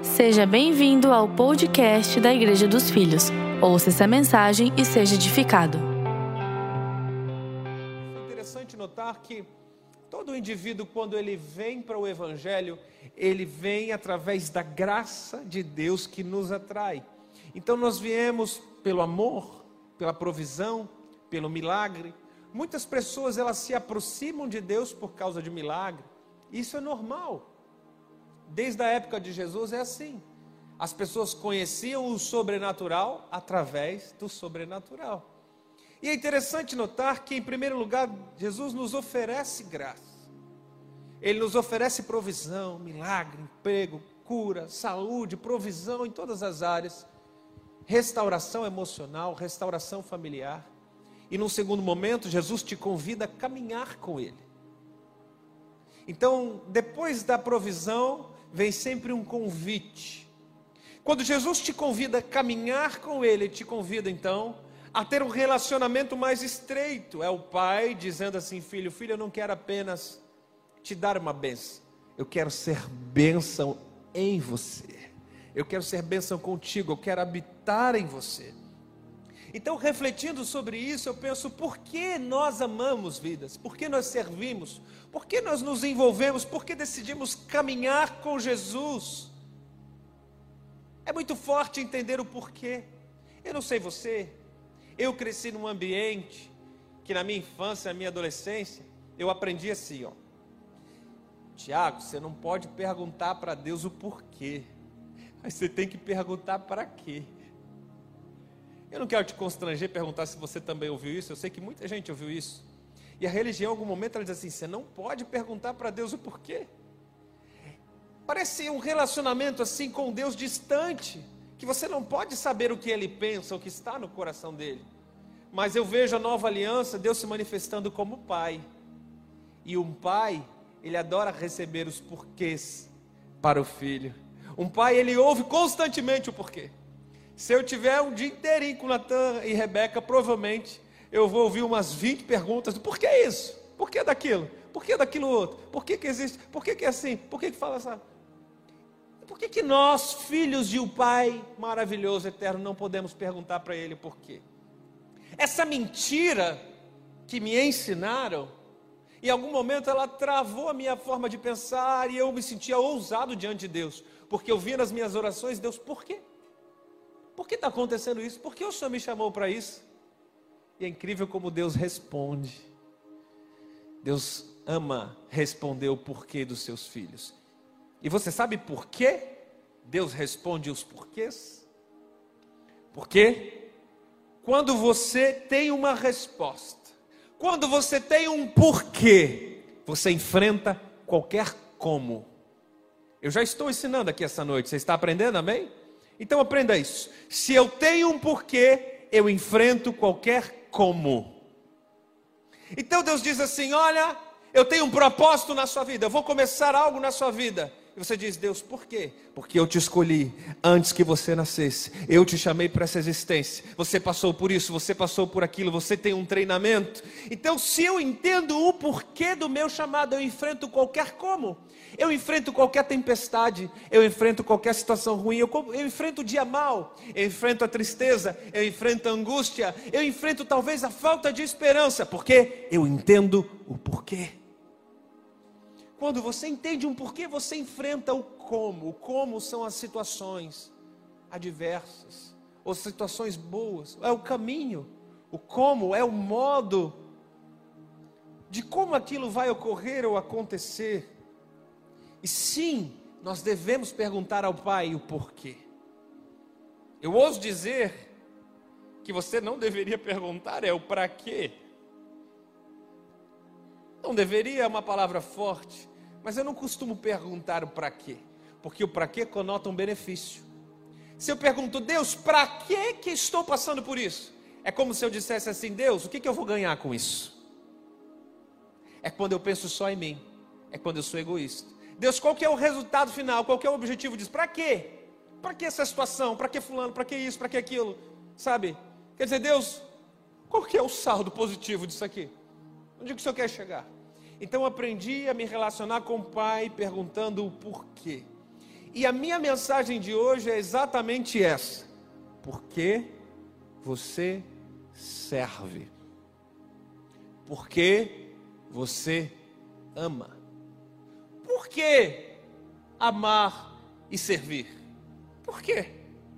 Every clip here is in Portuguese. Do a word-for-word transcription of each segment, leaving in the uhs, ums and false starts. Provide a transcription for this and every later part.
Seja bem-vindo ao podcast da Igreja dos Filhos. Ouça essa mensagem e seja edificado. É interessante notar que todo indivíduo, quando ele vem para o Evangelho, ele vem através da graça de Deus que nos atrai. Então nós viemos pelo amor, pela provisão, pelo milagre. Muitas pessoas elas se aproximam de Deus por causa de milagre. Isso é normal. Desde a época de Jesus é assim. As pessoas conheciam o sobrenatural através do sobrenatural. E é interessante notar que, em primeiro lugar, Jesus nos oferece graça. Ele nos oferece provisão, milagre, emprego, cura, saúde, provisão em todas as áreas. Restauração emocional, restauração familiar. E num segundo momento, Jesus te convida a caminhar com Ele. Então, depois da provisão, vem sempre um convite. Quando Jesus te convida a caminhar com Ele, Ele te convida então a ter um relacionamento mais estreito. É o pai dizendo assim: filho, filho, eu não quero apenas te dar uma bênção, eu quero ser bênção em você, eu quero ser bênção contigo, eu quero habitar em você. Então, refletindo sobre isso, eu penso: por que nós amamos vidas? Por que nós servimos? Por que nós nos envolvemos? Por que decidimos caminhar com Jesus? É muito forte entender o porquê. Eu não sei você, eu cresci num ambiente que na minha infância, na minha adolescência, eu aprendi assim, ó: Tiago, você não pode perguntar para Deus o porquê, mas você tem que perguntar para quê. Eu não quero te constranger, perguntar se você também ouviu isso. Eu sei que muita gente ouviu isso. E a religião, em algum momento, ela diz assim: você não pode perguntar para Deus o porquê. Parece um relacionamento assim com Deus distante, que você não pode saber o que Ele pensa, o que está no coração dEle. Mas eu vejo a nova aliança, Deus se manifestando como Pai. E um Pai, Ele adora receber os porquês para o Filho. Um Pai, Ele ouve constantemente o porquê. Se eu tiver um dia inteirinho com Natan e Rebeca, provavelmente eu vou ouvir umas vinte perguntas do porquê isso, porquê daquilo, porquê daquilo outro, por que que existe, por que que é assim, por que que fala assim. Por que que nós, filhos de um Pai maravilhoso, eterno, não podemos perguntar para Ele por quê? Essa mentira que me ensinaram, em algum momento ela travou a minha forma de pensar e eu me sentia ousado diante de Deus, porque eu via nas minhas orações: Deus, por quê? Por que está acontecendo isso? Por que o Senhor me chamou para isso? E é incrível como Deus responde. Deus ama responder o porquê dos seus filhos. E você sabe por que Deus responde os porquês? Porque quando você tem uma resposta, quando você tem um porquê, você enfrenta qualquer como. Eu já estou ensinando aqui essa noite, você está aprendendo, amém? Então aprenda isso: se eu tenho um porquê, eu enfrento qualquer como. Então Deus diz assim: olha, eu tenho um propósito na sua vida, eu vou começar algo na sua vida. E você diz: Deus, por quê? Porque eu te escolhi antes que você nascesse, eu te chamei para essa existência, você passou por isso, você passou por aquilo, você tem um treinamento. Então, se eu entendo o porquê do meu chamado, eu enfrento qualquer como. Eu enfrento qualquer tempestade, eu enfrento qualquer situação ruim, eu, eu enfrento o dia mau, eu enfrento a tristeza, eu enfrento a angústia, eu enfrento talvez a falta de esperança, porque eu entendo o porquê. Quando você entende um porquê, você enfrenta o como. O como são as situações adversas, ou situações boas, é o caminho. O como é o modo de como aquilo vai ocorrer ou acontecer. E sim, nós devemos perguntar ao Pai o porquê. Eu ouso dizer que você não deveria perguntar é o para quê. Não deveria, é uma palavra forte, mas eu não costumo perguntar o para quê, porque o para quê conota um benefício. Se eu pergunto: Deus, para que que estou passando por isso? É como se eu dissesse assim: Deus, o que que eu vou ganhar com isso? É quando eu penso só em mim, é quando eu sou egoísta. Deus, qual que é o resultado final? Qual que é o objetivo disso? Para quê? Para que essa situação? Para que fulano? Para que isso? Para que aquilo? Sabe? Quer dizer, Deus, qual que é o saldo positivo disso aqui? Onde que o Senhor quer chegar? Então eu aprendi a me relacionar com o Pai perguntando o porquê. E a minha mensagem de hoje é exatamente essa: porque você serve, porque você ama. Por que amar e servir? Por quê?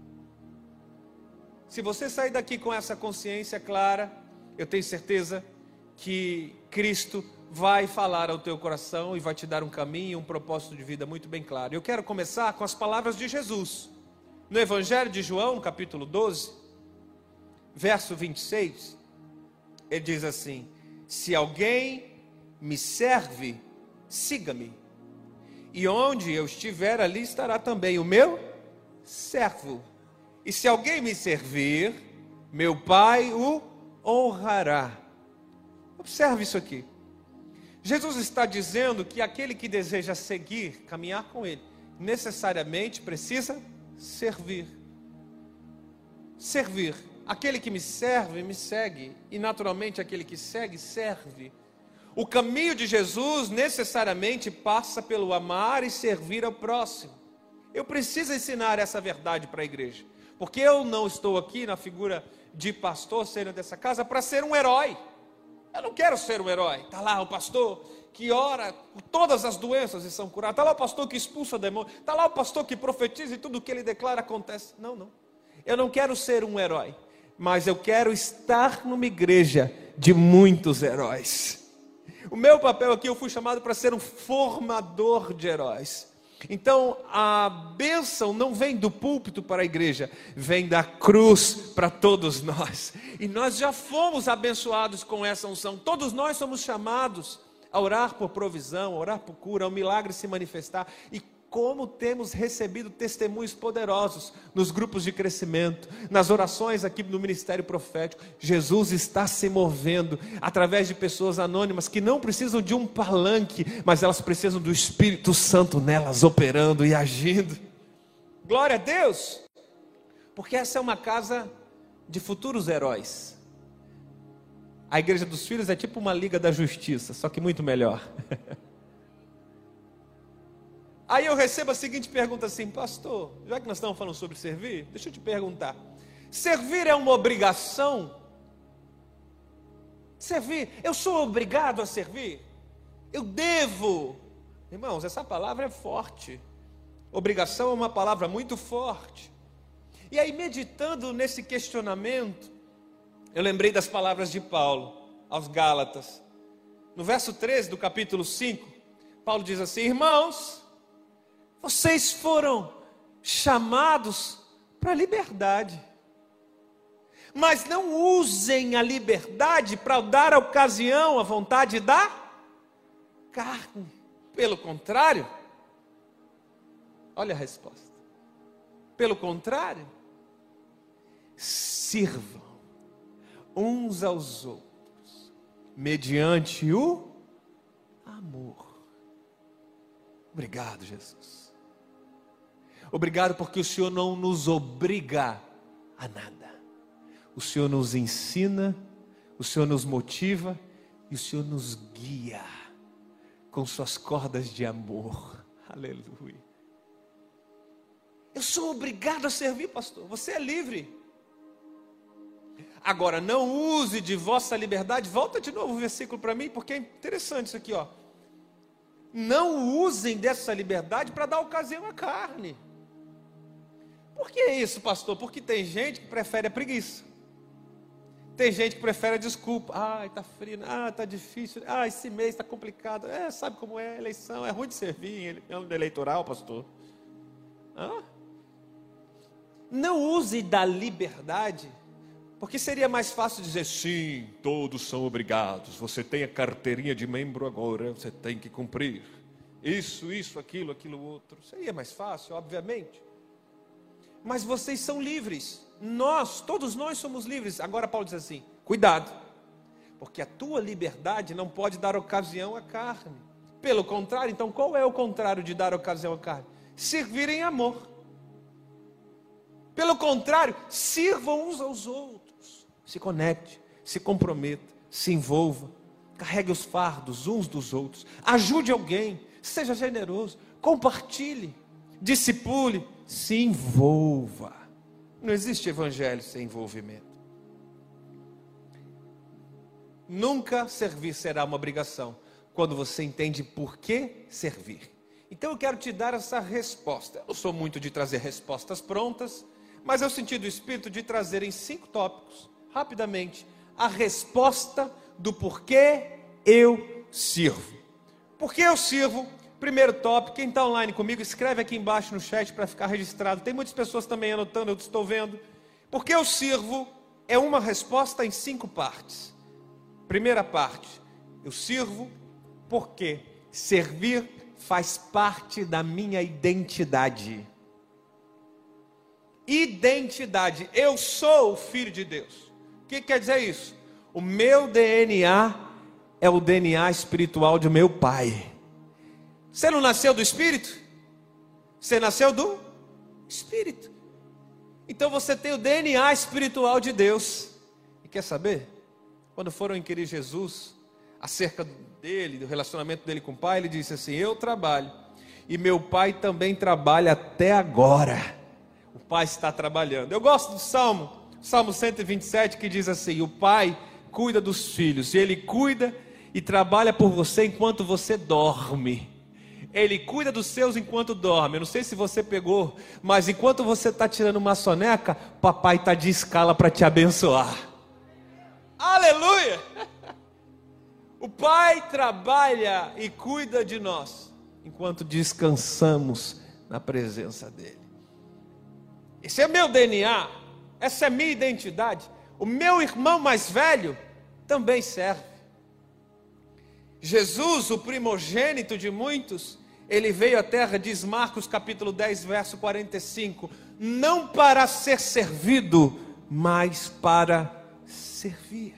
Se você sair daqui com essa consciência clara, eu tenho certeza que Cristo vai falar ao teu coração e vai te dar um caminho, um propósito de vida muito bem claro. Eu quero começar com as palavras de Jesus. No Evangelho de João, capítulo doze, verso vinte e seis, ele diz assim: se alguém me serve, siga-me. E onde eu estiver, ali estará também o meu servo. E se alguém me servir, meu Pai o honrará. Observe isso aqui. Jesus está dizendo que aquele que deseja seguir, caminhar com Ele, necessariamente precisa servir. Servir. Aquele que me serve, me segue. E naturalmente aquele que segue, serve. O caminho de Jesus necessariamente passa pelo amar e servir ao próximo. Eu preciso ensinar essa verdade para a igreja, porque eu não estou aqui na figura de pastor, sendo dessa casa, para ser um herói. Eu não quero ser um herói. Está lá o pastor que ora por todas as doenças e são curadas. Está lá o pastor que expulsa demônios. Está lá o pastor que profetiza e tudo o que ele declara acontece. Não, não. Eu não quero ser um herói, mas eu quero estar numa igreja de muitos heróis. O meu papel aqui, eu fui chamado para ser um formador de heróis. Então, a bênção não vem do púlpito para a igreja, vem da cruz para todos nós. E nós já fomos abençoados com essa unção. Todos nós somos chamados a orar por provisão, a orar por cura, ao milagre se manifestar. E como temos recebido testemunhos poderosos nos grupos de crescimento, nas orações aqui no Ministério Profético. Jesus está se movendo através de pessoas anônimas que não precisam de um palanque, mas elas precisam do Espírito Santo nelas operando e agindo. Glória a Deus! Porque essa é uma casa de futuros heróis. A Igreja dos Filhos é tipo uma Liga da Justiça, só que muito melhor. Aí eu recebo a seguinte pergunta assim: pastor, já que nós estamos falando sobre servir, deixa eu te perguntar, servir é uma obrigação? Servir, eu sou obrigado a servir? Eu devo? Irmãos, essa palavra é forte. Obrigação é uma palavra muito forte. E aí, meditando nesse questionamento, eu lembrei das palavras de Paulo aos Gálatas. No verso treze do capítulo cinco, Paulo diz assim: irmãos, vocês foram chamados para a liberdade, mas não usem a liberdade para dar ocasião à vontade da carne. Pelo contrário, olha a resposta. Pelo contrário, sirvam uns aos outros, mediante o amor. Obrigado, Jesus. Obrigado porque o Senhor não nos obriga a nada. O Senhor nos ensina, o Senhor nos motiva e o Senhor nos guia com suas cordas de amor. Aleluia. Eu sou obrigado a servir, pastor. Você é livre. Agora, não use de vossa liberdade. Volta de novo o versículo para mim, porque é interessante isso aqui, ó. Não usem dessa liberdade para dar ocasião à carne. Por que isso, pastor? Porque tem gente que prefere a preguiça. Tem gente que prefere a desculpa. Ai, está frio. Ah, está difícil. Ah, esse mês está complicado. É, sabe como é? Eleição. É ruim de servir. É ano eleitoral, pastor. Hã? Não use da liberdade, porque seria mais fácil dizer: sim, todos são obrigados. Você tem a carteirinha de membro agora, você tem que cumprir. Isso, isso, aquilo, aquilo outro. Seria mais fácil, obviamente. Mas vocês são livres. Nós, todos nós somos livres. Agora Paulo diz assim: cuidado, porque a tua liberdade não pode dar ocasião à carne. Pelo contrário, então qual é o contrário de dar ocasião à carne? Servir em amor. Pelo contrário, sirvam uns aos outros. Se conecte, se comprometa, se envolva, carregue os fardos uns dos outros, ajude alguém, seja generoso, compartilhe. discipule, se envolva. Não existe evangelho sem envolvimento. Nunca servir será uma obrigação, quando você entende por que servir. Então eu quero te dar essa resposta. Eu não sou muito de trazer respostas prontas, mas eu senti do Espírito de trazer em cinco tópicos, rapidamente, a resposta do porquê eu sirvo. Por que eu sirvo? Primeiro tópico, quem está online comigo, escreve aqui embaixo no chat para ficar registrado. Tem muitas pessoas também anotando, eu estou vendo. Por que eu sirvo é uma resposta em cinco partes. Primeira parte, eu sirvo porque servir faz parte da minha identidade. Identidade, eu sou o Filho de Deus. O que quer dizer isso? O meu D N A é o D N A espiritual de meu Pai. Você não nasceu do Espírito? Você nasceu do Espírito. Então você tem o D N A espiritual de Deus. E quer saber? Quando foram inquirir Jesus acerca dele, do relacionamento dele com o Pai, ele disse assim: eu trabalho, e meu Pai também trabalha até agora. O Pai está trabalhando. Eu gosto do Salmo, Salmo cento e vinte e sete, que diz assim: o Pai cuida dos filhos, e Ele cuida e trabalha por você enquanto você dorme. Ele cuida dos seus enquanto dorme. Eu não sei se você pegou, mas enquanto você está tirando uma soneca, papai está de escala para te abençoar. Aleluia! O Pai trabalha e cuida de nós enquanto descansamos na presença dEle. Esse é meu D N A, essa é minha identidade. O meu irmão mais velho também serve. Jesus, o primogênito de muitos, ele veio à terra, diz Marcos capítulo dez, verso quarenta e cinco, não para ser servido, mas para servir.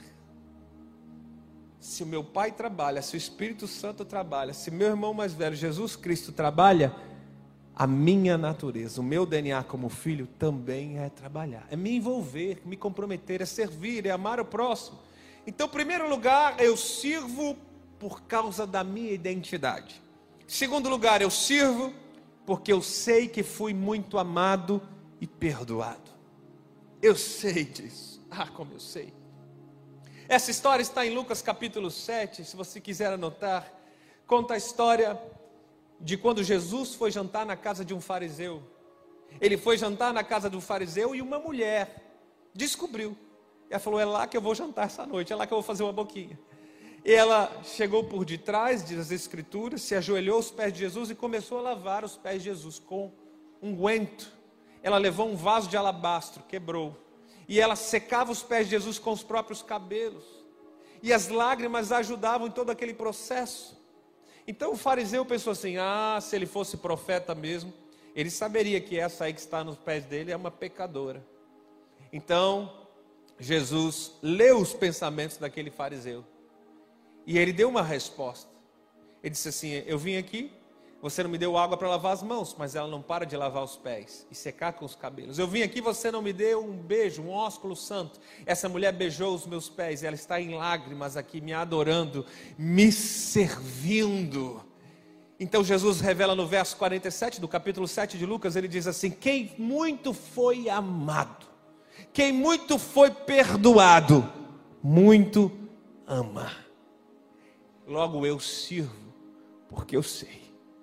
Se o meu Pai trabalha, se o Espírito Santo trabalha, se meu irmão mais velho, Jesus Cristo, trabalha, a minha natureza, o meu D N A como filho também é trabalhar, é me envolver, me comprometer, é servir, é amar o próximo. Então, em primeiro lugar, eu sirvo por causa da minha identidade. Em segundo lugar, eu sirvo porque eu sei que fui muito amado e perdoado. Eu sei disso. Ah, como eu sei. Essa história está em Lucas capítulo sete, se você quiser anotar. Conta a história de quando Jesus foi jantar na casa de um fariseu. Ele foi jantar na casa do fariseu e uma mulher descobriu. Ela falou: é lá que eu vou jantar essa noite, é lá que eu vou fazer uma boquinha. E ela chegou por detrás, diz as escrituras, se ajoelhou aos pés de Jesus e começou a lavar os pés de Jesus com unguento. Ela levou um vaso de alabastro, quebrou, e ela secava os pés de Jesus com os próprios cabelos, e as lágrimas ajudavam em todo aquele processo. Então o fariseu pensou assim: ah, se ele fosse profeta mesmo, ele saberia que essa aí que está nos pés dele é uma pecadora. Então Jesus leu os pensamentos daquele fariseu, e ele deu uma resposta. Ele disse assim: eu vim aqui, você não me deu água para lavar as mãos, mas ela não para de lavar os pés e secar com os cabelos. Eu vim aqui, você não me deu um beijo, um ósculo santo. Essa mulher beijou os meus pés, e ela está em lágrimas aqui, me adorando, me servindo. Então Jesus revela no verso quarenta e sete do capítulo sete de Lucas, ele diz assim: quem muito foi amado, quem muito foi perdoado, muito ama. Logo eu sirvo, porque eu sei,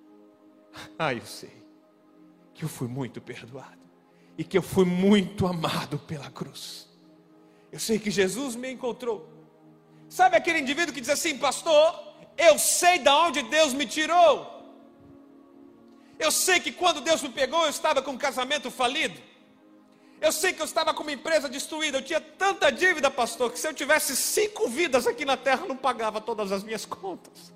ah eu sei, que eu fui muito perdoado, e que eu fui muito amado pela cruz. Eu sei que Jesus me encontrou. Sabe aquele indivíduo que diz assim: pastor, eu sei de onde Deus me tirou. Eu sei que quando Deus me pegou, eu estava com um casamento falido. Eu sei que eu estava com uma empresa destruída. Eu tinha tanta dívida, pastor, que se eu tivesse cinco vidas aqui na terra, eu não pagava todas as minhas contas.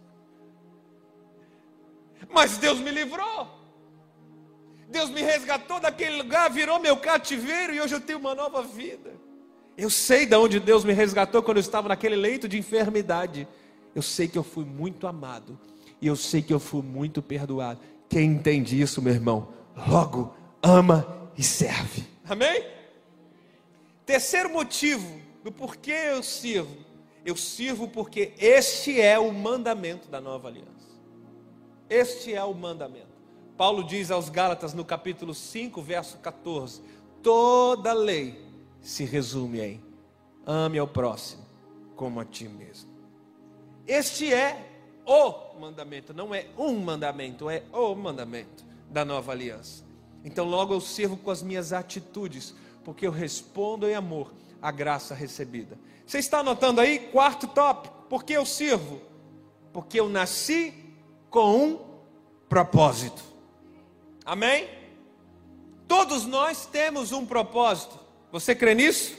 Mas Deus me livrou. Deus me resgatou daquele lugar, virou meu cativeiro, e hoje eu tenho uma nova vida. Eu sei de onde Deus me resgatou quando eu estava naquele leito de enfermidade. Eu sei que eu fui muito amado, e eu sei que eu fui muito perdoado. Quem entende isso, meu irmão, logo ama e serve. Amém? Terceiro motivo do porquê eu sirvo. Eu sirvo porque este é o mandamento da nova aliança. Este é o mandamento. Paulo diz aos Gálatas no capítulo cinco, verso quatorze: toda lei se resume em ame ao próximo como a ti mesmo. Este é o mandamento, não é um mandamento, é o mandamento da nova aliança. Então logo eu sirvo com as minhas atitudes, porque eu respondo em amor à graça recebida. Você está anotando aí? Quarto tópico: por que eu sirvo? Porque eu nasci com um propósito. Amém? Todos nós temos um propósito. Você crê nisso?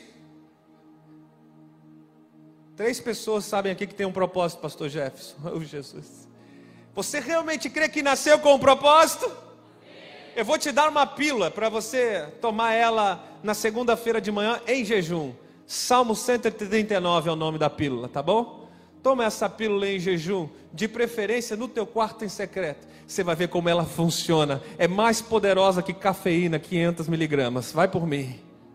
Três pessoas sabem aqui que tem um propósito, pastor Jefferson. Oh, Jesus. Você realmente crê que nasceu com um propósito? Eu vou te dar uma pílula para você tomar ela na segunda-feira de manhã em jejum. Salmo cento e trinta e nove é o nome da pílula, tá bom? Toma essa pílula em jejum, de preferência no teu quarto em secreto. Você vai ver como ela funciona. É mais poderosa que cafeína, quinhentos miligramas. Vai por mim.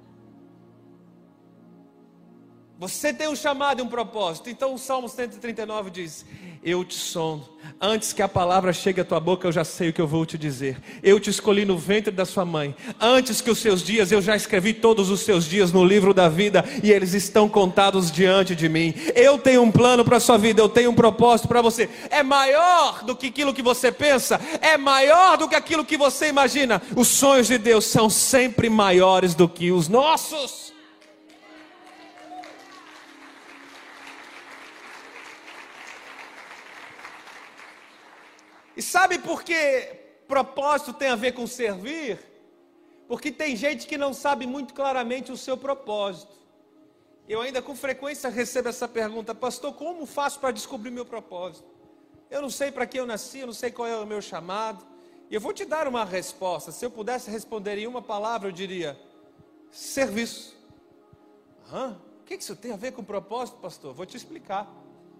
Você tem um chamado e um propósito. Então o Salmo cento e trinta e nove diz: eu te sondo, antes que a palavra chegue à tua boca eu já sei o que eu vou te dizer. Eu te escolhi no ventre da sua mãe, antes que os seus dias, eu já escrevi todos os seus dias no livro da vida, e eles estão contados diante de mim. Eu tenho um plano para a sua vida, eu tenho um propósito para você. É maior do que aquilo que você pensa, é maior do que aquilo que você imagina. Os sonhos de Deus são sempre maiores do que os nossos. E sabe por que propósito tem a ver com servir? Porque tem gente que não sabe muito claramente o seu propósito. Eu ainda com frequência recebo essa pergunta: pastor, como faço para descobrir meu propósito? Eu não sei para que eu nasci, eu não sei qual é o meu chamado. E eu vou te dar uma resposta. Se eu pudesse responder em uma palavra, eu diria: serviço. Hã? O que isso tem a ver com propósito, pastor? Vou te explicar.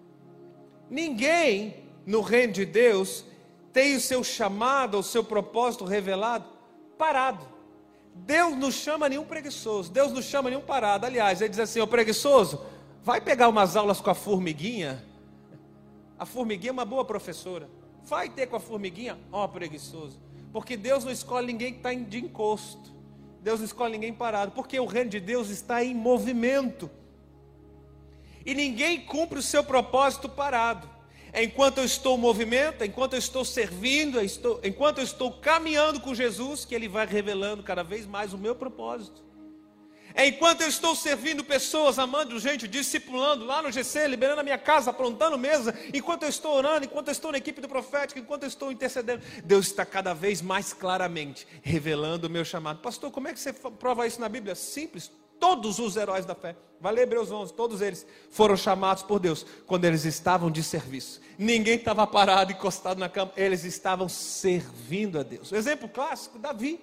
Ninguém no reino de Deus tem o seu chamado, o seu propósito revelado parado. Deus não chama nenhum preguiçoso, Deus não chama nenhum parado. Aliás, ele diz assim: ô preguiçoso, vai pegar umas aulas com a formiguinha. A formiguinha é uma boa professora. Vai ter com a formiguinha, ó preguiçoso. Porque Deus não escolhe ninguém que está de encosto. Deus não escolhe ninguém parado, porque o reino de Deus está em movimento. E ninguém cumpre o seu propósito parado. Enquanto eu estou em movimento, enquanto eu estou servindo, eu estou, enquanto eu estou caminhando com Jesus, que Ele vai revelando cada vez mais o meu propósito. Enquanto eu estou servindo pessoas, amando gente, discipulando lá no G C, liberando a minha casa, aprontando mesa, enquanto eu estou orando, enquanto eu estou na equipe do profético, enquanto eu estou intercedendo, Deus está cada vez mais claramente revelando o meu chamado. Pastor, como é que você prova isso na Bíblia? Simples. Todos os heróis da fé, vai ler Hebreus onze, todos eles foram chamados por Deus quando eles estavam de serviço. Ninguém estava parado, encostado na cama, eles estavam servindo a Deus. O exemplo clássico, Davi.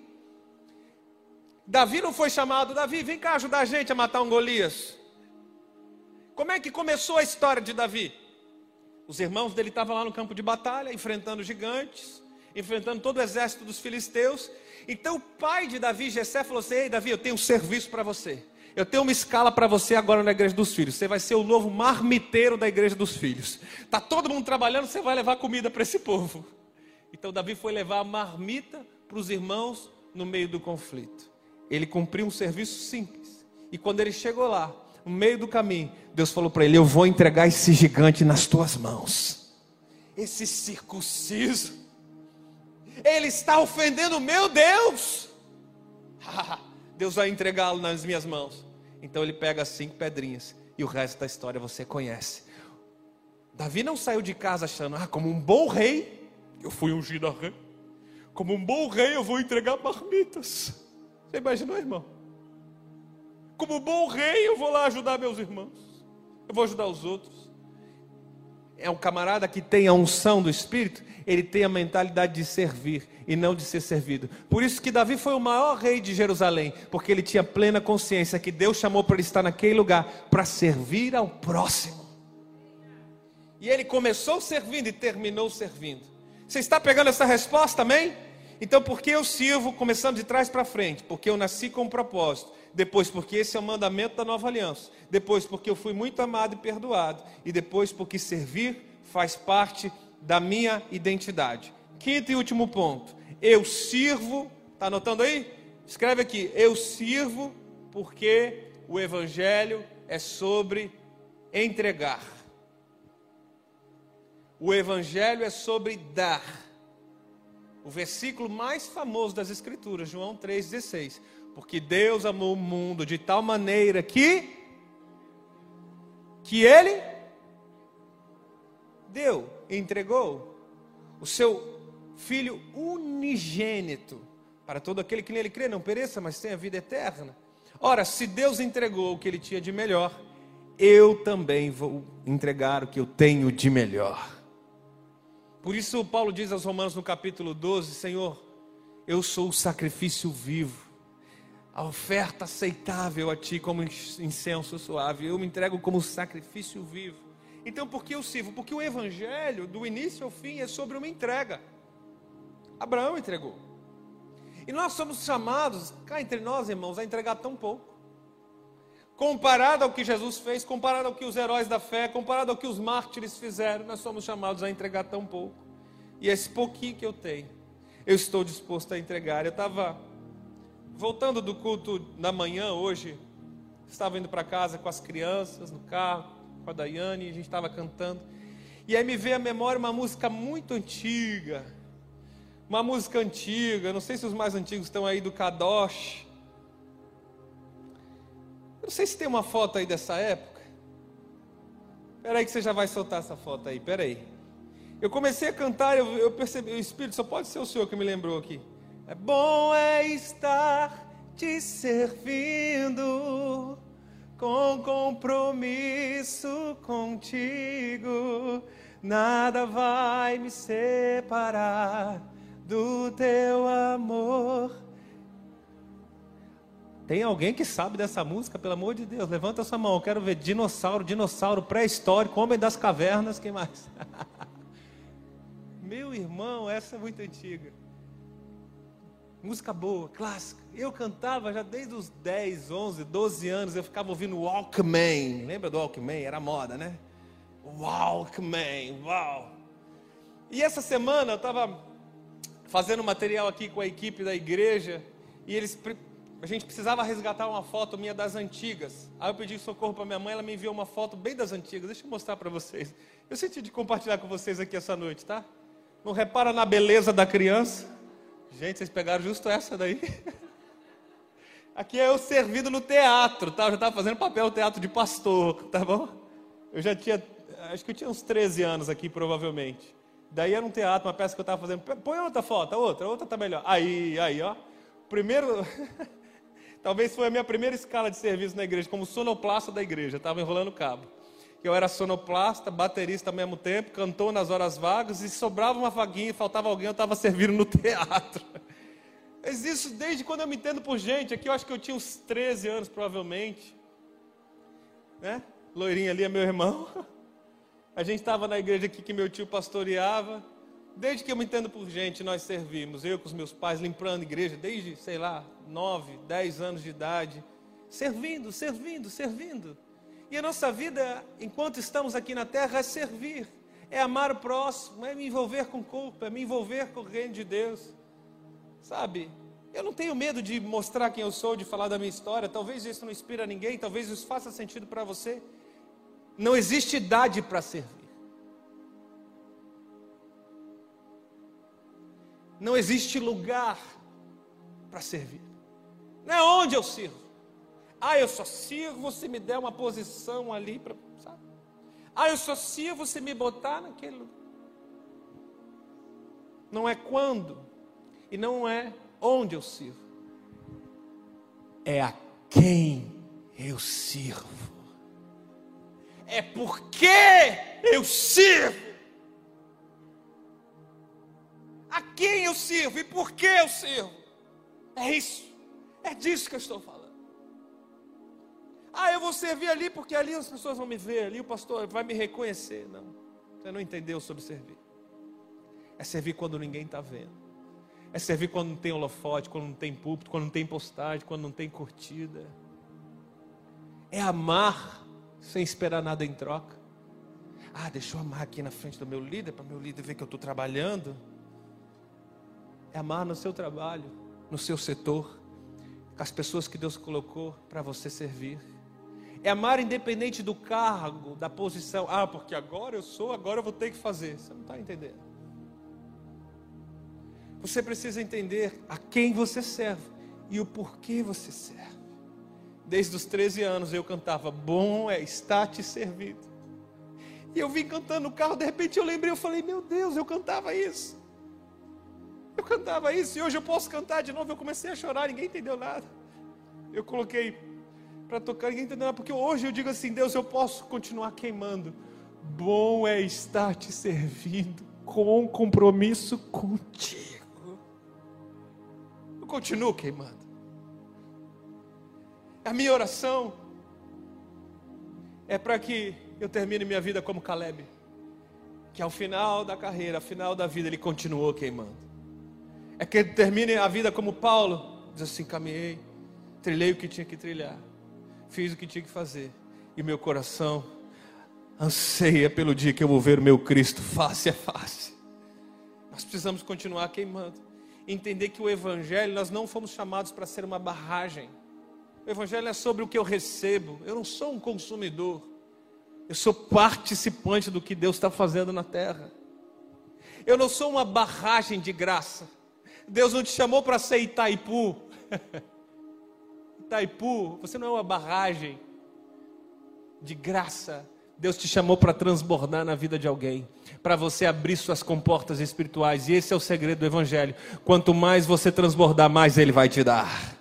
Davi não foi chamado: Davi, vem cá ajudar a gente a matar um Golias. Como é que começou a história de Davi? Os irmãos dele estavam lá no campo de batalha, enfrentando gigantes, enfrentando todo o exército dos filisteus. Então o pai de Davi, Jessé, falou assim: ei Davi, eu tenho um serviço para você. Eu tenho uma escala para você agora na igreja dos filhos. Você vai ser o novo marmiteiro da igreja dos filhos. Está todo mundo trabalhando, você vai levar comida para esse povo. Então Davi foi levar a marmita para os irmãos no meio do conflito. Ele cumpriu um serviço simples. E quando ele chegou lá, no meio do caminho, Deus falou para ele: eu vou entregar esse gigante nas tuas mãos. Esse circunciso, ele está ofendendo o meu Deus. Deus vai entregá-lo nas minhas mãos. Então ele pega as cinco pedrinhas, e o resto da história você conhece. Davi não saiu de casa achando: ah, como um bom rei, eu fui ungido a rei. Como um bom rei eu vou entregar marmitas. Você imaginou, irmão? Como um bom rei eu vou lá ajudar meus irmãos, eu vou ajudar os outros. É um camarada que tem a unção do Espírito. Ele tem a mentalidade de servir e não de ser servido. Por isso que Davi foi o maior rei de Jerusalém, porque ele tinha plena consciência que Deus chamou para ele estar naquele lugar para servir ao próximo. E ele começou servindo e terminou servindo. Você está pegando essa resposta, amém? Então, por que eu sirvo começando de trás para frente? Porque eu nasci com um propósito. Depois, porque esse é o mandamento da nova aliança. Depois, porque eu fui muito amado e perdoado. E depois, porque servir faz parte da minha identidade. Quinto e último ponto. Eu sirvo, está anotando aí? Escreve aqui, eu sirvo porque o Evangelho é sobre entregar. O Evangelho é sobre dar. O versículo mais famoso das Escrituras, João três dezesseis. Porque Deus amou o mundo de tal maneira que, que Ele deu, entregou o seu Filho unigênito, para todo aquele que nele crê, não pereça, mas tenha vida eterna. Ora, se Deus entregou o que Ele tinha de melhor, eu também vou entregar o que eu tenho de melhor. Por isso Paulo diz aos Romanos no capítulo doze, Senhor, eu sou o sacrifício vivo, a oferta aceitável a Ti como incenso suave, eu me entrego como sacrifício vivo. Então por que eu sirvo? Porque o Evangelho, do início ao fim, é sobre uma entrega. Abraão entregou. E nós somos chamados, cá entre nós, irmãos, a entregar tão pouco. Comparado ao que Jesus fez, comparado ao que os heróis da fé, comparado ao que os mártires fizeram, nós somos chamados a entregar tão pouco. E esse pouquinho que eu tenho, eu estou disposto a entregar. Eu estava voltando do culto da manhã hoje, estava indo para casa com as crianças, no carro, com a Daiane, e a gente estava cantando. E aí me veio à memória uma música muito antiga, uma música antiga, não sei se os mais antigos estão aí, do Kadosh. Eu não sei se tem uma foto aí dessa época. Espera aí que você já vai soltar essa foto aí, espera aí. Eu comecei a cantar, eu, eu percebi, o Espírito, só pode ser o Senhor que me lembrou aqui. É bom é estar te servindo, com compromisso contigo, nada vai me separar do teu amor. Tem alguém que sabe dessa música? Pelo amor de Deus, levanta sua mão, eu quero ver. Dinossauro, dinossauro pré-histórico, homem das cavernas, quem mais? Meu irmão, essa é muito antiga. Música boa, clássica. Eu cantava já desde os dez, onze, doze anos, eu ficava ouvindo Walkman. Lembra do Walkman? Era moda, né? Walkman, uau! E essa semana eu estava fazendo material aqui com a equipe da igreja, e eles... a gente precisava resgatar uma foto minha das antigas. Aí eu pedi socorro para minha mãe, ela me enviou uma foto bem das antigas. Deixa eu mostrar para vocês. Eu senti de compartilhar com vocês aqui essa noite, tá? Não repara na beleza da criança? Gente, vocês pegaram justo essa daí? Aqui é eu servindo no teatro, tá? Eu já estava fazendo papel no teatro de pastor, tá bom? Eu já tinha, acho que eu tinha uns treze anos aqui, provavelmente. Daí era um teatro, uma peça que eu estava fazendo. Põe outra foto, outra, outra tá melhor. Aí, aí, ó. Primeiro... Talvez foi a minha primeira escala de serviço na igreja, como sonoplasta da igreja, estava enrolando cabo. Eu era sonoplasta, baterista ao mesmo tempo, cantor nas horas vagas, e sobrava uma vaguinha, faltava alguém, eu estava servindo no teatro. Mas isso desde quando eu me entendo por gente, aqui eu acho que eu tinha uns treze anos, provavelmente. Né? Loirinho ali é meu irmão. A gente estava na igreja aqui que meu tio pastoreava. Desde que eu me entendo por gente, nós servimos. Eu com os meus pais limpando a igreja, desde, sei lá, nove, dez anos de idade. Servindo, servindo, servindo. E a nossa vida, enquanto estamos aqui na terra, é servir. É amar o próximo, é me envolver com o corpo, é me envolver com o reino de Deus. Sabe, eu não tenho medo de mostrar quem eu sou, de falar da minha história. Talvez isso não inspire ninguém, talvez isso faça sentido para você. Não existe idade para servir. Não existe lugar para servir. Não é onde eu sirvo. Ah, eu só sirvo se me der uma posição ali, pra, sabe? Ah, eu só sirvo se me botar naquele lugar. Não é quando e não é onde eu sirvo. É a quem eu sirvo. É porque eu sirvo. A quem eu sirvo e por que eu sirvo. É isso. É disso que eu estou falando. Ah, eu vou servir ali porque ali as pessoas vão me ver, ali o pastor vai me reconhecer. Não, você não entendeu sobre servir. É servir quando ninguém está vendo. É servir quando não tem holofote, quando não tem púlpito, quando não tem postagem, quando não tem curtida. É amar sem esperar nada em troca. Ah, deixa eu amar aqui na frente do meu líder, para meu líder ver que eu estou trabalhando. é amar no seu trabalho, no seu setor, com as pessoas que Deus colocou para você servir. É amar independente do cargo, da posição. Ah, porque agora eu sou, agora eu vou ter que fazer. Você não está entendendo. Você precisa entender a quem você serve e o porquê você serve. Desde os treze anos eu cantava, bom é estar te servindo. E eu vim cantando no carro, de repente eu lembrei, eu falei, meu Deus, eu cantava isso. Eu cantava isso e hoje eu posso cantar de novo. Eu comecei a chorar, ninguém entendeu nada. Eu coloquei para tocar, ninguém entendeu nada, porque hoje eu digo assim, Deus, eu posso continuar queimando. Bom é estar te servindo com compromisso contigo. Eu continuo queimando. A minha oração é para que eu termine minha vida como Caleb, que ao final da carreira, ao final da vida, ele continuou queimando. É que ele termine a vida como Paulo, diz assim, caminhei, trilhei o que tinha que trilhar, fiz o que tinha que fazer, e meu coração anseia pelo dia que eu vou ver o meu Cristo face a face. Nós precisamos continuar queimando, entender que o Evangelho, nós não fomos chamados para ser uma barragem. O Evangelho é sobre o que eu recebo. Eu não sou um consumidor, eu sou participante do que Deus está fazendo na terra. Eu não sou uma barragem de graça. Deus não te chamou para ser Itaipu. Itaipu, você não é uma barragem de graça. Deus te chamou para transbordar na vida de alguém, para você abrir suas comportas espirituais. E esse é o segredo do Evangelho. Quanto mais você transbordar, mais Ele vai te dar.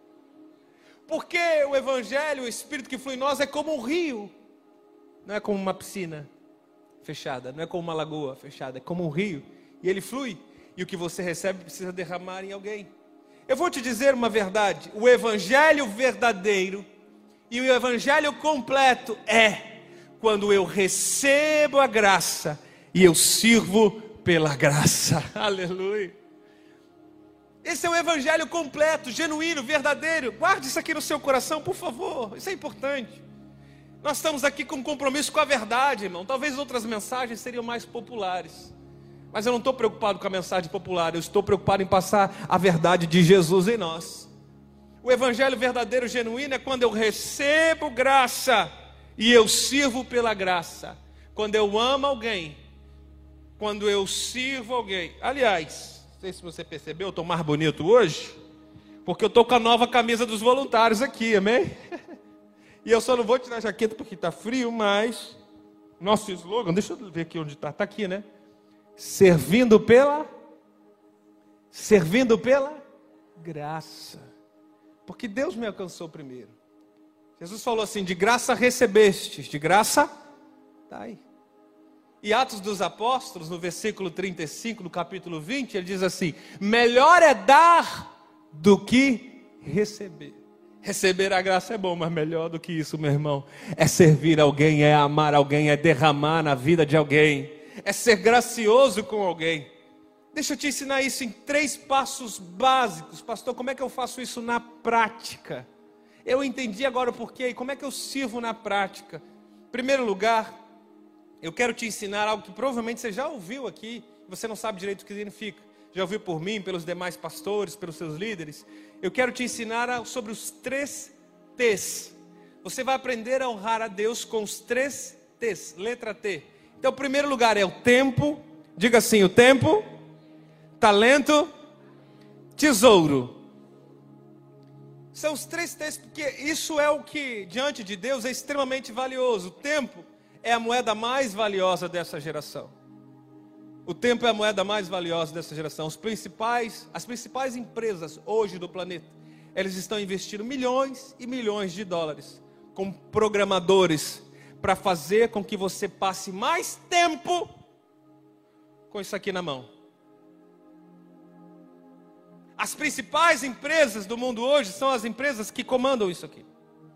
Porque o Evangelho, o Espírito que flui em nós é como um rio. Não é como uma piscina fechada, não é como uma lagoa fechada, é como um rio. E ele flui, e o que você recebe precisa derramar em alguém. Eu vou te dizer uma verdade, o Evangelho verdadeiro e o Evangelho completo é quando eu recebo a graça e eu sirvo pela graça. Aleluia. Esse é o Evangelho completo, genuíno, verdadeiro. Guarde isso aqui no seu coração, por favor. Isso é importante. Nós estamos aqui com um compromisso com a verdade, irmão. Talvez outras mensagens seriam mais populares, mas eu não estou preocupado com a mensagem popular. Eu estou preocupado em passar a verdade de Jesus em nós. O Evangelho verdadeiro, genuíno, é quando eu recebo graça e eu sirvo pela graça. Quando eu amo alguém, quando eu sirvo alguém. Aliás, não sei se você percebeu, eu estou mais bonito hoje, porque eu estou com a nova camisa dos voluntários aqui, amém? E eu só não vou tirar a jaqueta porque está frio, mas nosso slogan, deixa eu ver aqui onde está, está aqui, né? Servindo pela, servindo pela graça, porque Deus me alcançou primeiro. Jesus falou assim, de graça recebestes, de graça, está aí. E Atos dos Apóstolos, no versículo trinta e cinco, no capítulo vinte, ele diz assim, melhor é dar do que receber. Receber a graça é bom, mas melhor do que isso, meu irmão, é servir alguém, é amar alguém, é derramar na vida de alguém, é ser gracioso com alguém. Deixa eu te ensinar isso em três passos básicos. Pastor, como é que eu faço isso na prática? Eu entendi agora o porquê, e como é que eu sirvo na prática? Em primeiro lugar, eu quero te ensinar algo que provavelmente você já ouviu aqui, você não sabe direito o que significa. Já ouviu por mim, pelos demais pastores, pelos seus líderes. Eu quero te ensinar sobre os três T's. Você vai aprender a honrar a Deus com os três T's, letra T. Então, o primeiro lugar é o tempo. Diga assim, o tempo, talento, tesouro. São os três T's, porque isso é o que, diante de Deus, é extremamente valioso. O tempo é a moeda mais valiosa dessa geração. O tempo é a moeda mais valiosa dessa geração. Os principais, as principais empresas hoje do planeta, eles estão investindo milhões e milhões de dólares com programadores para fazer com que você passe mais tempo com isso aqui na mão. As principais empresas do mundo hoje são as empresas que comandam isso aqui.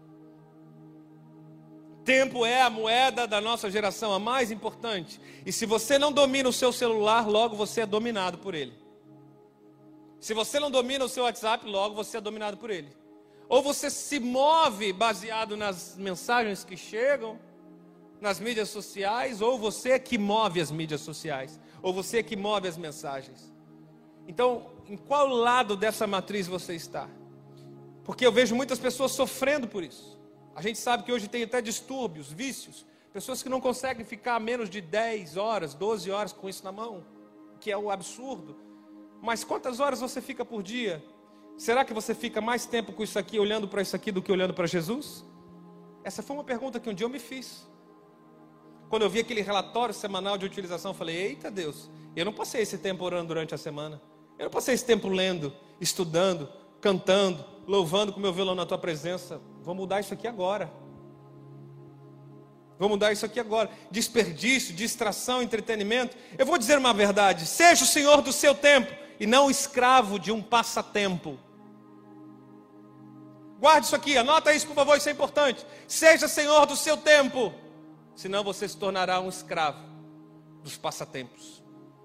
Tempo é a moeda da nossa geração, a mais importante. E se você não domina o seu celular, logo você é dominado por ele. Se você não domina o seu WhatsApp, logo você é dominado por ele. Ou você se move baseado nas mensagens que chegam, nas mídias sociais, ou você é que move as mídias sociais, ou você é que move as mensagens. Então, em qual lado dessa matriz você está. Porque eu vejo muitas pessoas sofrendo por isso. A gente sabe que hoje tem até distúrbios, vícios. Pessoas que não conseguem ficar menos de dez horas, doze horas com isso na mão. Que é o absurdo. Mas quantas horas você fica por dia? Será que você fica mais tempo com isso aqui, olhando para isso aqui, do que olhando para Jesus? Essa foi uma pergunta que um dia eu me fiz. Quando eu vi aquele relatório semanal de utilização, eu falei, eita Deus, eu não passei esse tempo orando durante a semana. Eu não passei esse tempo lendo, estudando, cantando, louvando com meu violão na tua presença. Vou mudar isso aqui agora. Vou mudar isso aqui agora. Desperdício, distração, entretenimento. Eu vou dizer uma verdade. Seja o senhor do seu tempo e não escravo de um passatempo. Guarde isso aqui, anota isso por favor, isso é importante. Seja senhor do seu tempo, senão você se tornará um escravo dos passatempos.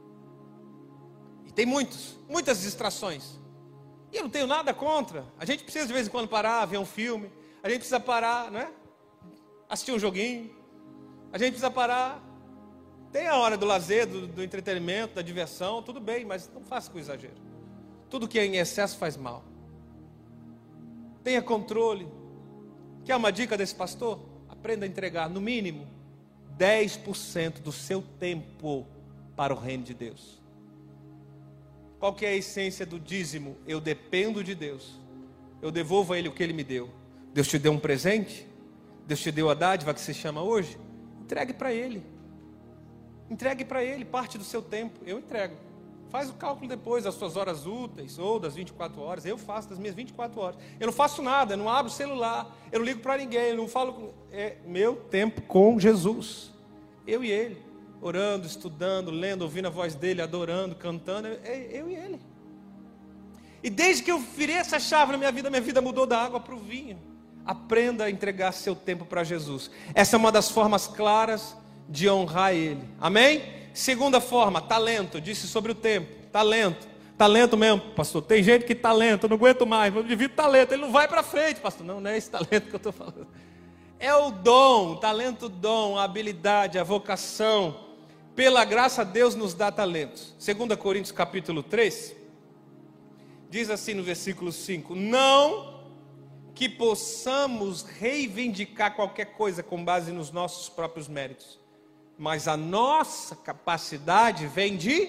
E tem muitos, muitas distrações. E eu não tenho nada contra. A gente precisa de vez em quando parar, ver um filme. A gente precisa parar, não é? Assistir um joguinho. A gente precisa parar. Tem a hora do lazer, do, do entretenimento, da diversão, tudo bem, mas não faça com exagero. Tudo que é em excesso faz mal. Tenha controle. Quer uma dica desse pastor? Aprenda a entregar, no mínimo, dez por cento do seu tempo para o reino de Deus. Qual que é a essência do dízimo? Eu dependo de Deus. Eu devolvo a Ele o que Ele me deu. Deus te deu um presente? Deus te deu a dádiva que se chama hoje? Entregue para Ele. Entregue para Ele parte do seu tempo. Eu entrego. Faz o cálculo depois das suas horas úteis ou das vinte e quatro horas. Eu faço das minhas vinte e quatro horas. Eu não faço nada, eu não abro o celular, eu não ligo para ninguém, eu não falo com... É meu tempo com Jesus. Eu e Ele. Orando, estudando, lendo, ouvindo a voz dEle, adorando, cantando. É eu e Ele. E desde que eu virei essa chave na minha vida, minha vida mudou da água para o vinho. Aprenda a entregar seu tempo para Jesus. Essa é uma das formas claras de honrar Ele. Amém? Segunda forma, talento. Eu disse sobre o tempo. Talento. Talento mesmo, pastor. Tem gente que talento, eu não aguento mais. Eu divido talento, ele não vai para frente, pastor. Não, não é esse talento que eu estou falando. É o dom, o talento, dom, a habilidade, a vocação. Pela graça, Deus nos dá talentos. Segunda Coríntios capítulo três, diz assim no versículo cinco: não que possamos reivindicar qualquer coisa com base nos nossos próprios méritos, mas a nossa capacidade vem de...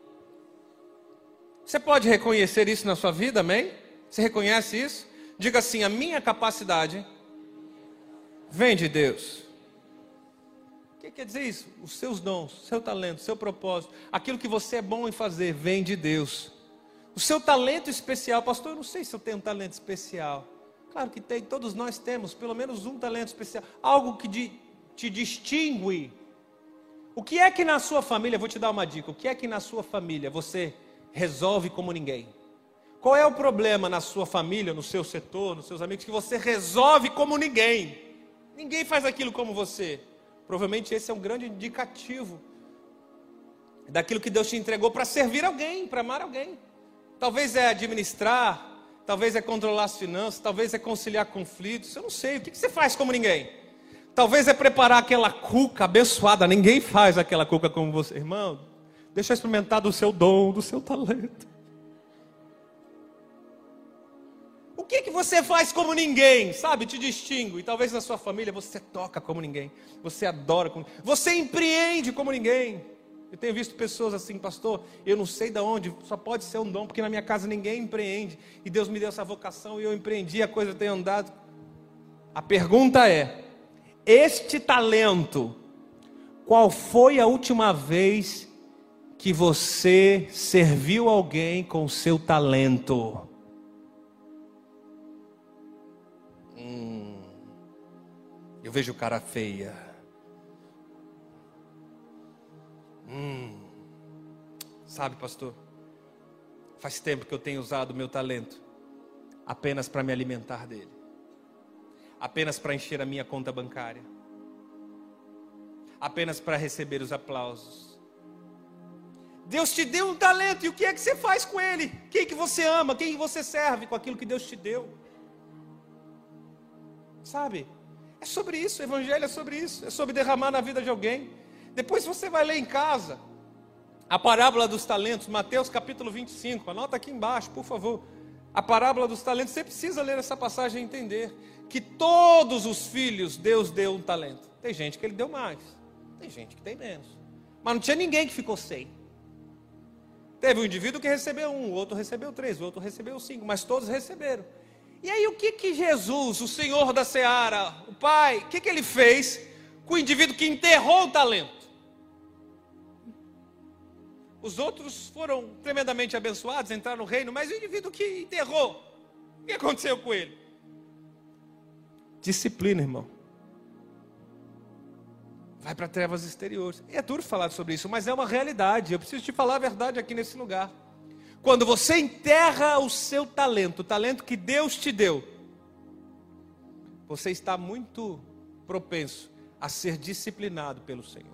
Você pode reconhecer isso na sua vida, amém? Você reconhece isso? Diga assim, a minha capacidade vem de Deus. O que quer dizer isso? Os seus dons, seu talento, seu propósito, aquilo que você é bom em fazer, vem de Deus. O seu talento especial, pastor, eu não sei se eu tenho um talento especial. Claro que tem, todos nós temos pelo menos um talento especial, algo que de, te distingue. O que é que na sua família, vou te dar uma dica, o que é que na sua família você resolve como ninguém? Qual é o problema na sua família, no seu setor, nos seus amigos, que você resolve como ninguém? Ninguém faz aquilo como você. Provavelmente esse é um grande indicativo daquilo que Deus te entregou para servir alguém, para amar alguém. Talvez é administrar, talvez é controlar as finanças, talvez é conciliar conflitos, eu não sei, o que você faz como ninguém? Talvez é preparar aquela cuca abençoada, ninguém faz aquela cuca como você. Irmão, deixa eu experimentar do seu dom, do seu talento. O que que você faz como ninguém, sabe, te distingue. E talvez na sua família você toca como ninguém, você adora como ninguém, você empreende como ninguém. Eu tenho visto pessoas assim, pastor, eu não sei de onde, só pode ser um dom, porque na minha casa ninguém empreende, e Deus me deu essa vocação, e eu empreendi, a coisa tem andado. A pergunta é, este talento, qual foi a última vez que você serviu alguém com o seu talento? Hum, eu vejo cara feia. Hum, sabe, pastor, faz tempo que eu tenho usado o meu talento apenas para me alimentar dele, apenas para encher a minha conta bancária, apenas para receber os aplausos. Deus te deu um talento, e o que é que você faz com ele? Quem que você ama? Quem que você serve com aquilo que Deus te deu? Sabe, é sobre isso, o evangelho é sobre isso, é sobre derramar na vida de alguém. Depois você vai ler em casa, A parábola dos talentos, Mateus capítulo vinte e cinco, anota aqui embaixo, por favor. A parábola dos talentos, você precisa ler essa passagem e entender que todos os filhos Deus deu um talento. Tem gente que ele deu mais, tem gente que tem menos. Mas não tinha ninguém que ficou sem. Teve um indivíduo que recebeu um, o outro recebeu três, o outro recebeu cinco, mas todos receberam. E aí o que que Jesus, o Senhor da Seara, o Pai, o que que ele fez com o indivíduo que enterrou o talento? Os outros foram tremendamente abençoados, entraram no reino, mas o indivíduo que enterrou, o que aconteceu com ele? Disciplina, irmão. Vai para trevas exteriores. E é duro falar sobre isso, mas é uma realidade. Eu preciso te falar a verdade aqui nesse lugar. Quando você enterra o seu talento, o talento que Deus te deu, você está muito propenso a ser disciplinado pelo Senhor.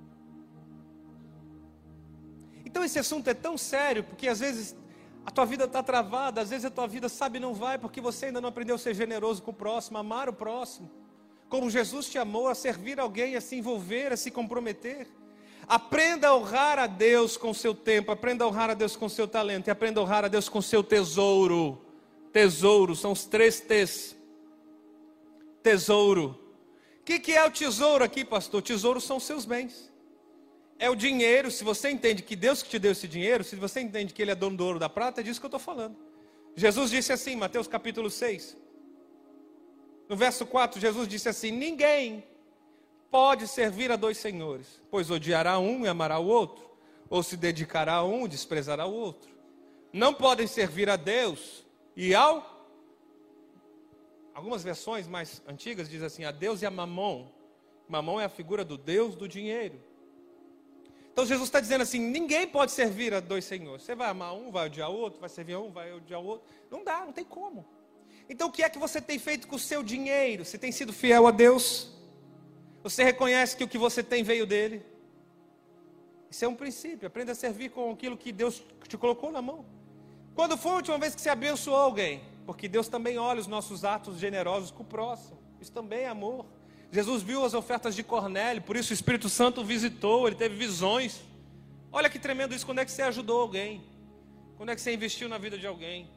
Então esse assunto é tão sério, porque às vezes a tua vida está travada, às vezes a tua vida sabe não vai, porque você ainda não aprendeu a ser generoso com o próximo, a amar o próximo, como Jesus te amou, a servir alguém, a se envolver, a se comprometer. Aprenda a honrar a Deus com o seu tempo, aprenda a honrar a Deus com o seu talento, e aprenda a honrar a Deus com o seu tesouro. Tesouro, são os três T's. Tesouro. O que, que é o tesouro aqui, pastor? Tesouro são os seus bens. É o dinheiro. Se você entende que Deus que te deu esse dinheiro, se você entende que Ele é dono do ouro e da prata, é disso que eu estou falando. Jesus disse assim, Mateus capítulo seis. No verso quatro, Jesus disse assim: ninguém pode servir a dois senhores, pois odiará um e amará o outro, ou se dedicará a um e desprezará o outro. Não podem servir a Deus e ao... Algumas versões mais antigas dizem assim, a Deus e a Mamon. Mamon é a figura do Deus do dinheiro. Então Jesus está dizendo assim, ninguém pode servir a dois senhores. Você vai amar um, vai odiar o outro, vai servir a um, vai odiar o outro. Não dá, não tem como. Então o que é que você tem feito com o seu dinheiro? Você tem sido fiel a Deus? Você reconhece que o que você tem veio dele? Isso é um princípio. Aprenda a servir com aquilo que Deus te colocou na mão. Quando foi a última vez que você abençoou alguém? Porque Deus também olha os nossos atos generosos com o próximo. Isso também é amor. Jesus viu as ofertas de Cornélio, por isso o Espírito Santo o visitou, ele teve visões. Olha que tremendo isso, quando é que você ajudou alguém? Quando é que você investiu na vida de alguém?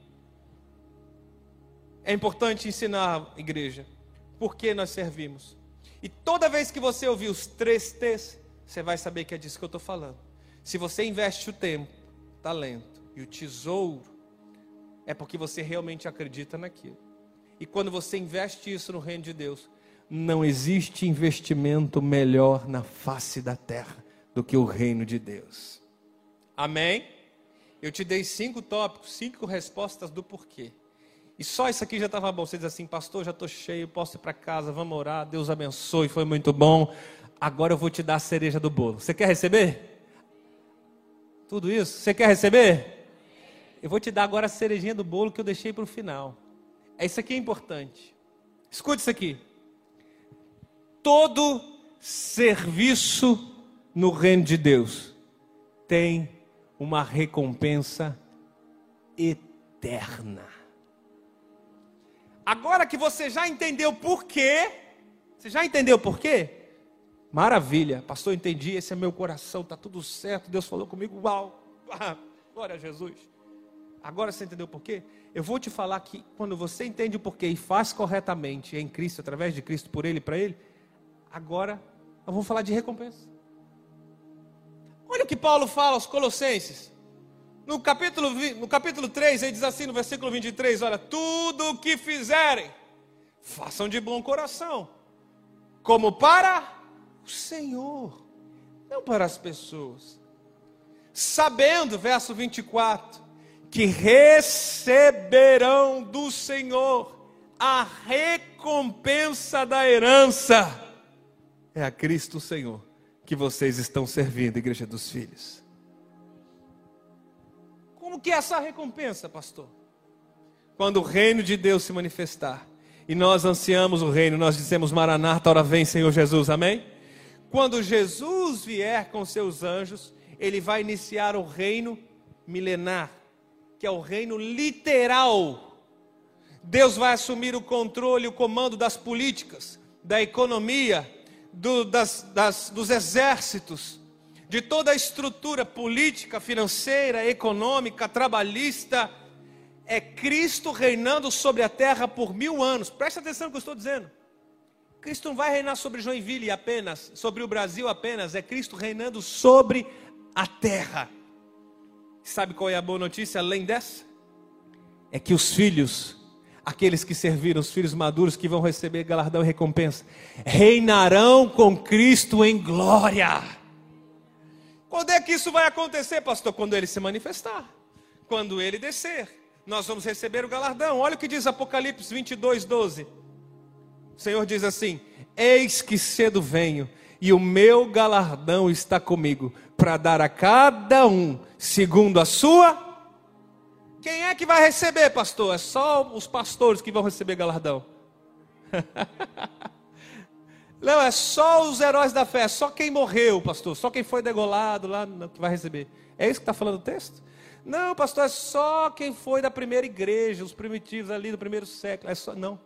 É importante ensinar, igreja, por que nós servimos. E toda vez que você ouvir os três T's, você vai saber que é disso que eu estou falando. Se você investe o tempo, o talento e o tesouro, é porque você realmente acredita naquilo. E quando você investe isso no reino de Deus, não existe investimento melhor na face da terra do que o reino de Deus. Amém? Eu te dei cinco tópicos, cinco respostas do porquê. E só isso aqui já estava bom. Você diz assim, pastor, já estou cheio, posso ir para casa, vamos orar, Deus abençoe, foi muito bom. Agora eu vou te dar a cereja do bolo. Você quer receber? Tudo isso? Você quer receber? Eu vou te dar agora a cerejinha do bolo que eu deixei para o final. É isso aqui é importante. Escute isso aqui. Todo serviço no reino de Deus tem uma recompensa eterna. Agora que você já entendeu por quê, você já entendeu por quê? Maravilha, pastor, entendi, esse é meu coração, está tudo certo, Deus falou comigo, uau, glória a Jesus. Agora você entendeu por quê? Eu vou te falar que quando você entende o porquê e faz corretamente em Cristo, através de Cristo, por Ele e para Ele, agora nós vamos falar de recompensa. Olha o que Paulo fala aos Colossenses. No capítulo, no capítulo três, ele diz assim no versículo vinte e três, olha, tudo o que fizerem, façam de bom coração, como para o Senhor, não para as pessoas. Sabendo, verso vinte e quatro, que receberão do Senhor a recompensa da herança. É a Cristo Senhor que vocês estão servindo, Igreja dos Filhos. Como que é essa recompensa, pastor? Quando o reino de Deus se manifestar, e nós ansiamos o reino, nós dizemos, Maranata, ora vem, Senhor Jesus, amém? Quando Jesus vier com seus anjos, Ele vai iniciar o reino milenar, que é o reino literal. Deus vai assumir o controle, o comando das políticas, da economia, do, das, das, dos exércitos. de toda a estrutura política, financeira, econômica, trabalhista, é Cristo reinando sobre a terra por mil anos. Presta atenção no que eu estou dizendo. Cristo não vai reinar sobre Joinville apenas, sobre o Brasil apenas, é Cristo reinando sobre a terra. Sabe qual é a boa notícia além dessa? É que os filhos, aqueles que serviram, os filhos maduros que vão receber galardão e recompensa, reinarão com Cristo em glória. Quando é que isso vai acontecer, pastor? Quando ele se manifestar, quando ele descer, nós vamos receber o galardão. Olha o que diz Apocalipse vinte e dois, doze. O Senhor diz assim: eis que cedo venho, e o meu galardão está comigo, para dar a cada um segundo a sua. Quem é que vai receber, pastor? É só os pastores que vão receber galardão. Não, é só os heróis da fé, só quem morreu, pastor, só quem foi degolado lá que vai receber. É isso que está falando o texto? Não, pastor, é só quem foi da primeira igreja, os primitivos ali do primeiro século. É só, não.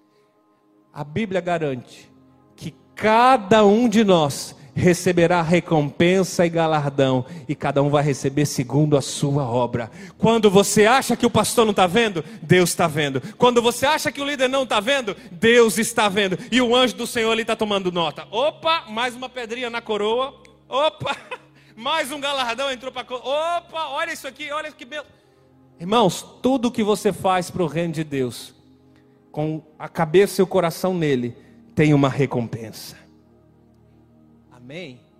A Bíblia garante que cada um de nós receberá recompensa e galardão, e cada um vai receber segundo a sua obra. Quando você acha que o pastor não está vendo, Deus está vendo. Quando você acha que o líder não está vendo, Deus está vendo. E o anjo do Senhor ali está tomando nota. Opa, mais uma pedrinha na coroa. Opa, mais um galardão entrou para a coroa. Opa, olha isso aqui, olha que belo. Irmãos, tudo que você faz para o reino de Deus, com a cabeça e o coração nele, tem uma recompensa. Amém?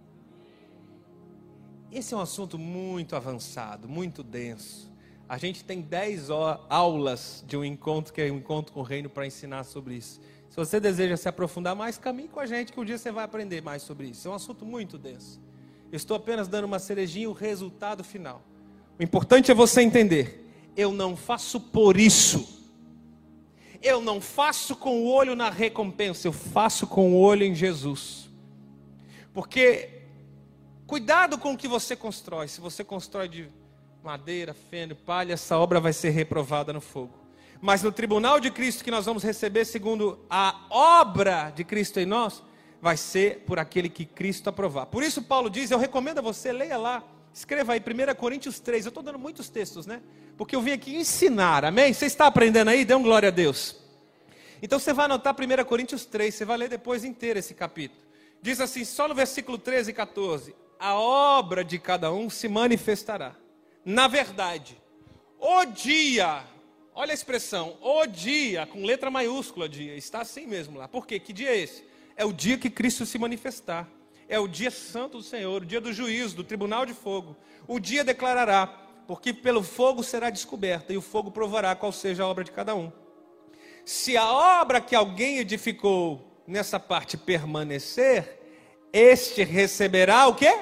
Esse é um assunto muito avançado, muito denso. A gente tem dez aulas de um encontro, que é um encontro com o reino, para ensinar sobre isso. Se você deseja se aprofundar mais, caminhe com a gente, que um dia você vai aprender mais sobre isso. É um assunto muito denso. Eu estou apenas dando uma cerejinha, o resultado final. O importante é você entender: eu não faço por isso. Eu não faço com o olho na recompensa, eu faço com o olho em Jesus. Porque, cuidado com o que você constrói. Se você constrói de madeira, feno, palha, essa obra vai ser reprovada no fogo. Mas no tribunal de Cristo, que nós vamos receber segundo a obra de Cristo em nós, vai ser por aquele que Cristo aprovar. Por isso Paulo diz, eu recomendo a você, leia lá, escreva aí, primeira Coríntios três, eu estou dando muitos textos, né? Porque eu vim aqui ensinar, amém? Você está aprendendo aí? Dê um glória a Deus. Então você vai anotar primeira Coríntios três, você vai ler depois inteiro esse capítulo. Diz assim, só no versículo treze e quatorze, a obra de cada um se manifestará. Na verdade, o dia, olha a expressão, o dia, com letra maiúscula dia, está assim mesmo lá. Por quê? Que dia é esse? É o dia que Cristo se manifestar. É o dia santo do Senhor, o dia do juízo, do tribunal de fogo. O dia declarará, porque pelo fogo será descoberta, e o fogo provará qual seja a obra de cada um. Se a obra que alguém edificou nessa parte permanecer, este receberá o quê?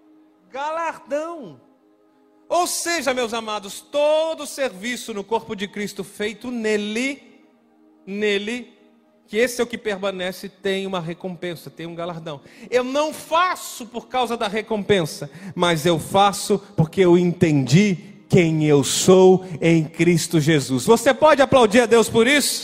Galardão. Ou seja, meus amados, todo serviço no corpo de Cristo feito nele, nele, que esse é o que permanece, tem uma recompensa, tem um galardão. Eu não faço por causa da recompensa, mas eu faço porque eu entendi quem eu sou em Cristo Jesus. Você pode aplaudir a Deus por isso?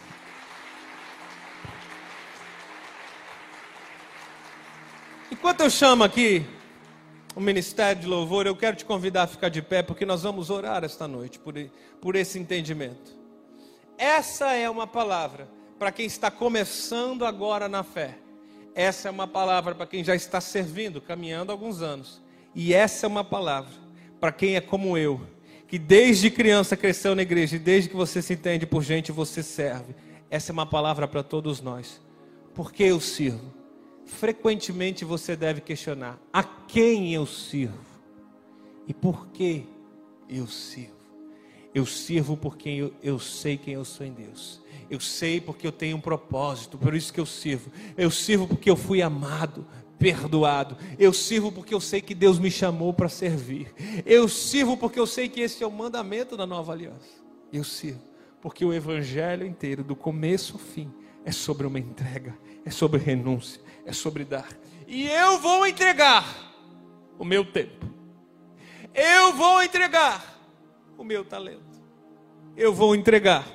Enquanto eu chamo aqui o Ministério de Louvor, eu quero te convidar a ficar de pé, porque nós vamos orar esta noite por, por esse entendimento. Essa é uma palavra para quem está começando agora na fé. Essa é uma palavra para quem já está servindo, caminhando há alguns anos. E essa é uma palavra para quem é como eu, que desde criança cresceu na igreja, e desde que você se entende por gente, você serve. Essa é uma palavra para todos nós. Por que eu sirvo? Frequentemente você deve questionar: a quem eu sirvo? E por que eu sirvo? Eu sirvo porque eu, eu sei quem eu sou em Deus. Eu sei porque eu tenho um propósito, por isso que eu sirvo. Eu sirvo porque eu fui amado, perdoado. Eu sirvo porque eu sei que Deus me chamou para servir. Eu sirvo porque eu sei que esse é o mandamento da nova aliança. Eu sirvo porque o evangelho inteiro, do começo ao fim, é sobre uma entrega, é sobre renúncia, é sobre dar. E eu vou entregar o meu tempo. Eu vou entregar o meu talento. Eu vou entregar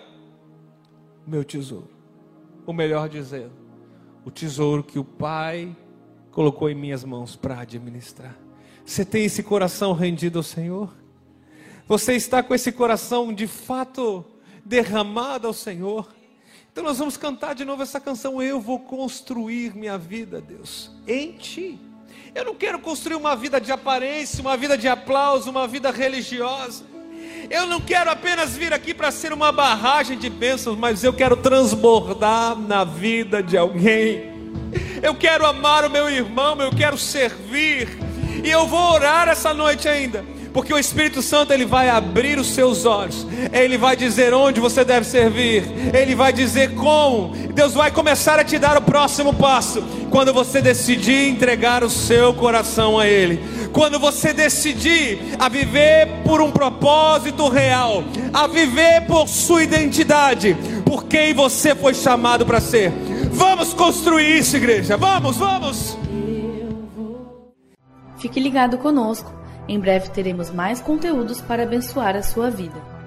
o meu tesouro. Ou melhor dizendo, o tesouro que o Pai colocou em minhas mãos para administrar. Você tem esse coração rendido ao Senhor? Você está com esse coração de fato derramado ao Senhor? Então nós vamos cantar de novo essa canção. Eu vou construir minha vida, Deus, em Ti. Eu não quero construir uma vida de aparência, uma vida de aplauso, uma vida religiosa. Eu não quero apenas vir aqui para ser uma barragem de bênçãos, mas eu quero transbordar na vida de alguém. Eu quero amar o meu irmão, eu quero servir. E eu vou orar essa noite ainda, porque o Espírito Santo ele vai abrir os seus olhos. Ele vai dizer onde você deve servir. Ele vai dizer como. Deus vai começar a te dar o próximo passo quando você decidir entregar o seu coração a Ele. Quando você decidir a viver por um propósito real, a viver por sua identidade, por quem você foi chamado para ser. Vamos construir isso, igreja. Vamos, vamos. Fique ligado conosco. Em breve teremos mais conteúdos para abençoar a sua vida.